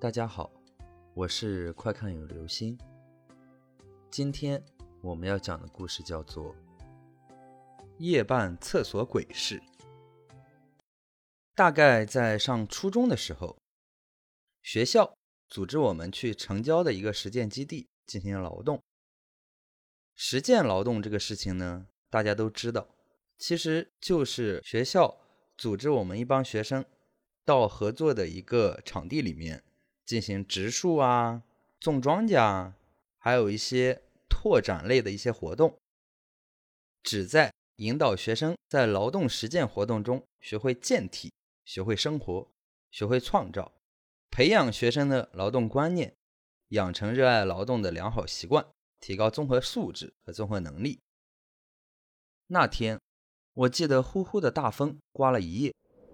大家好，我是快看有流星。今天我们要讲的故事叫做夜半厕所鬼事。大概在上初中的时候，学校组织我们去城郊的一个实践基地进行劳动。实践劳动这个事情呢，大家都知道，其实就是学校组织我们一帮学生到合作的一个场地里面进行植树啊、种庄稼啊，还有一些拓展类的一些活动，旨在引导学生在劳动实践活动中学会健体，学会生活，学会创造，培养学生的劳动观念，养成热爱劳动的良好习惯，提高综合素质和综合能力。那天我记得呼呼的大风刮了一夜，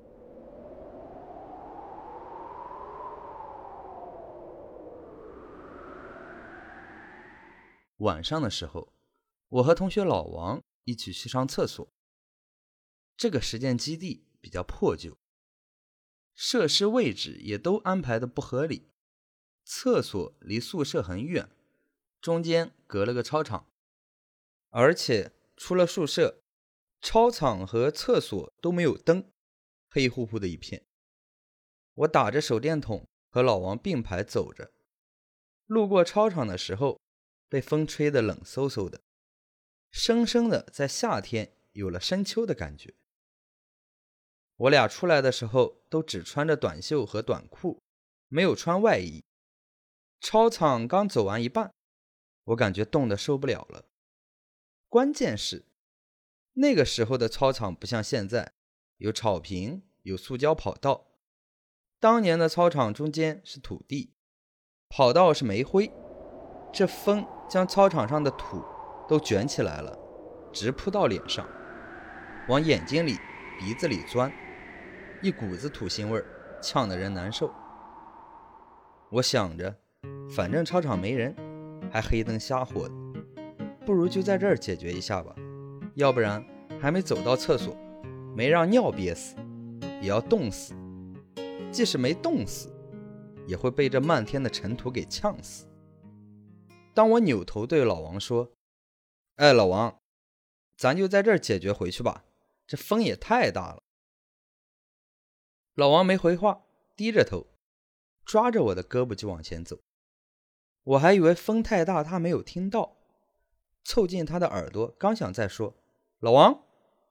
晚上的时候，我和同学老王一起去上厕所。这个实践基地比较破旧，设施位置也都安排的不合理，厕所离宿舍很远，中间隔了个操场，而且除了宿舍，操场和厕所都没有灯，黑乎乎的一片。我打着手电筒和老王并排走着，路过操场的时候，被风吹得冷飕飕的，生生的在夏天有了深秋的感觉。我俩出来的时候都只穿着短袖和短裤，没有穿外衣。操场刚走完一半，我感觉冻得受不了了。关键是那个时候的操场不像现在，有草坪，有塑胶跑道。当年的操场中间是土地，跑道是煤灰，这风将操场上的土都卷起来了，直扑到脸上，往眼睛里鼻子里钻，一股子土腥味儿，呛得人难受。我想着反正操场没人，还黑灯瞎火的，不如就在这儿解决一下吧，要不然还没走到厕所，没让尿憋死也要冻死，即使没冻死也会被这漫天的尘土给呛死。当我扭头对老王说，老王，咱就在这儿解决回去吧，这风也太大了。老王没回话，低着头抓着我的胳膊就往前走。我还以为风太大他没有听到，凑近他的耳朵，刚想再说老王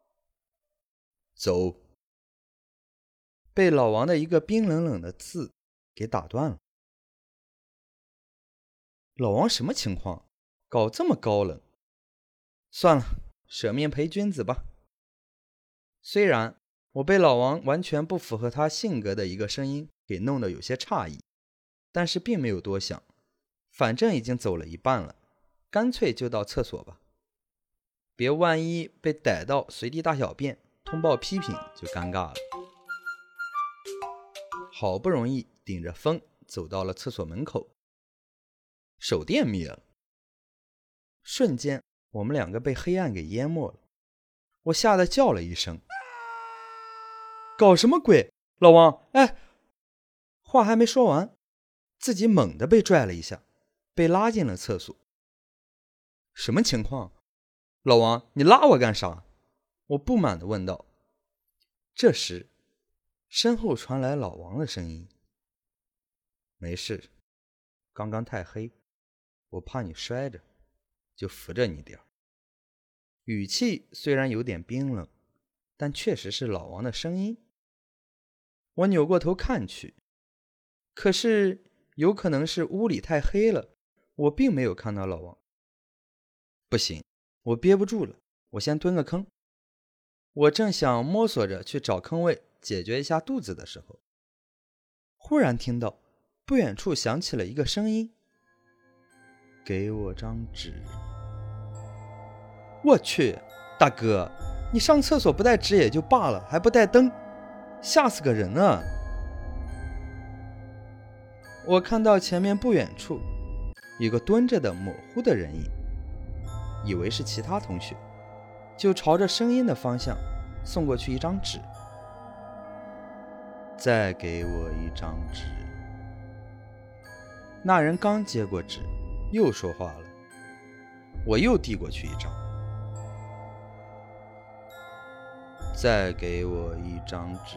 走，被老王的一个冰冷冷的字给打断了。老王什么情况？搞这么高冷？算了，舍命陪君子吧。虽然我被老王完全不符合他性格的一个声音给弄得有些诧异，但是并没有多想，反正已经走了一半了，干脆就到厕所吧，别万一被逮到随地大小便，通报批评就尴尬了。好不容易顶着风走到了厕所门口，手电灭了，瞬间我们两个被黑暗给淹没了。我吓得叫了一声，搞什么鬼？老王，话还没说完，自己猛地被拽了一下，被拉进了厕所。什么情况？老王，你拉我干啥？我不满地问道。这时身后传来老王的声音，没事，刚刚太黑，我怕你摔着，就扶着你点。语气虽然有点冰冷，但确实是老王的声音。我扭过头看去，可是有可能是屋里太黑了，我并没有看到老王。不行，我憋不住了，我先蹲个坑。我正想摸索着去找坑位解决一下肚子的时候，忽然听到不远处响起了一个声音，给我张纸。我去，大哥，你上厕所不带纸也就罢了，还不带灯，吓死个人啊！我看到前面不远处有个蹲着的模糊的人影，以为是其他同学，就朝着声音的方向送过去一张纸。再给我一张纸。 那人刚接过纸，又说话了。我又递过去一张。再给我一张纸。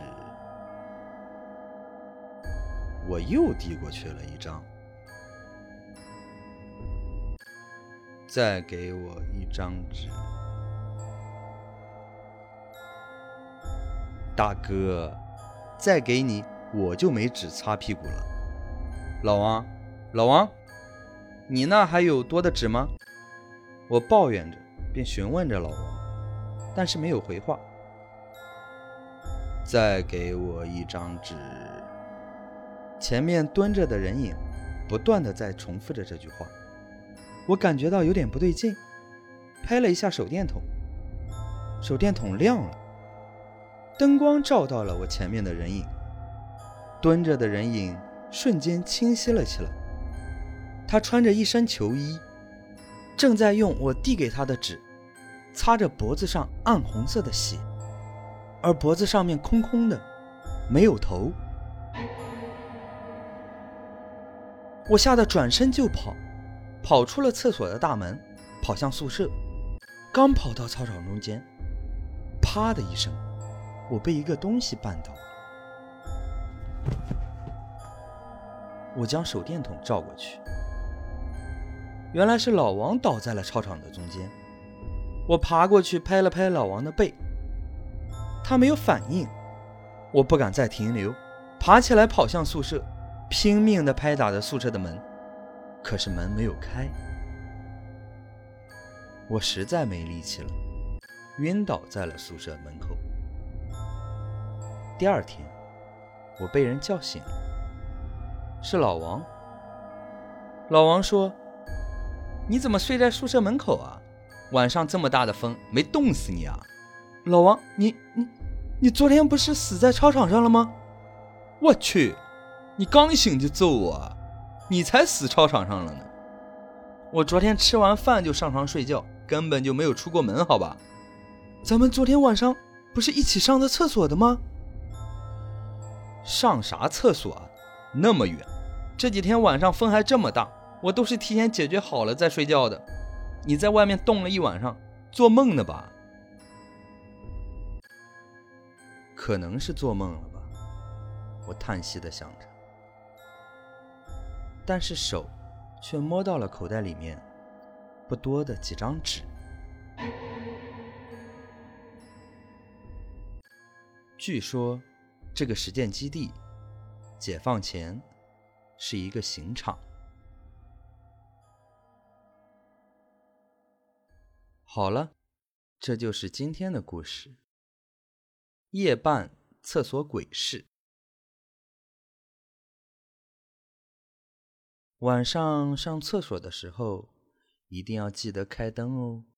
我又递过去了一张。再给我一张纸。大哥，再给你我就没纸擦屁股了。老王，老王，你那还有多的纸吗？我抱怨着，便询问着老王，但是没有回话。再给我一张纸。前面蹲着的人影不断地在重复着这句话。我感觉到有点不对劲，拍了一下手电筒，手电筒亮了，灯光照到了我前面的人影，蹲着的人影瞬间清晰了起来。他穿着一身球衣，正在用我递给他的纸擦着脖子上暗红色的血，而脖子上面空空的，没有头。我吓得转身就跑，跑出了厕所的大门，跑向宿舍。刚跑到操场中间，啪的一声，我被一个东西绊倒。我将手电筒照过去，原来是老王倒在了操场的中间。我爬过去拍了拍老王的背，他没有反应。我不敢再停留，爬起来跑向宿舍，拼命地拍打着宿舍的门，可是门没有开。我实在没力气了，晕倒在了宿舍门口。第二天，我被人叫醒了，是老王。老王说：“你怎么睡在宿舍门口啊？晚上这么大的风，没冻死你啊？”老王，你昨天不是死在操场上了吗？我去，你刚醒就揍我啊？你才死操场上了呢。我昨天吃完饭就上床睡觉，根本就没有出过门，好吧？咱们昨天晚上不是一起上的厕所的吗？上啥厕所啊？那么远，这几天晚上风还这么大，我都是提前解决好了再睡觉的。你在外面冻了一晚上，做梦呢吧？可能是做梦了吧，我叹息地想着，但是手却摸到了口袋里面不多的几张纸。据说这个实践基地解放前是一个刑场。好了，这就是今天的故事。夜半厕所鬼事。晚上上厕所的时候，一定要记得开灯哦。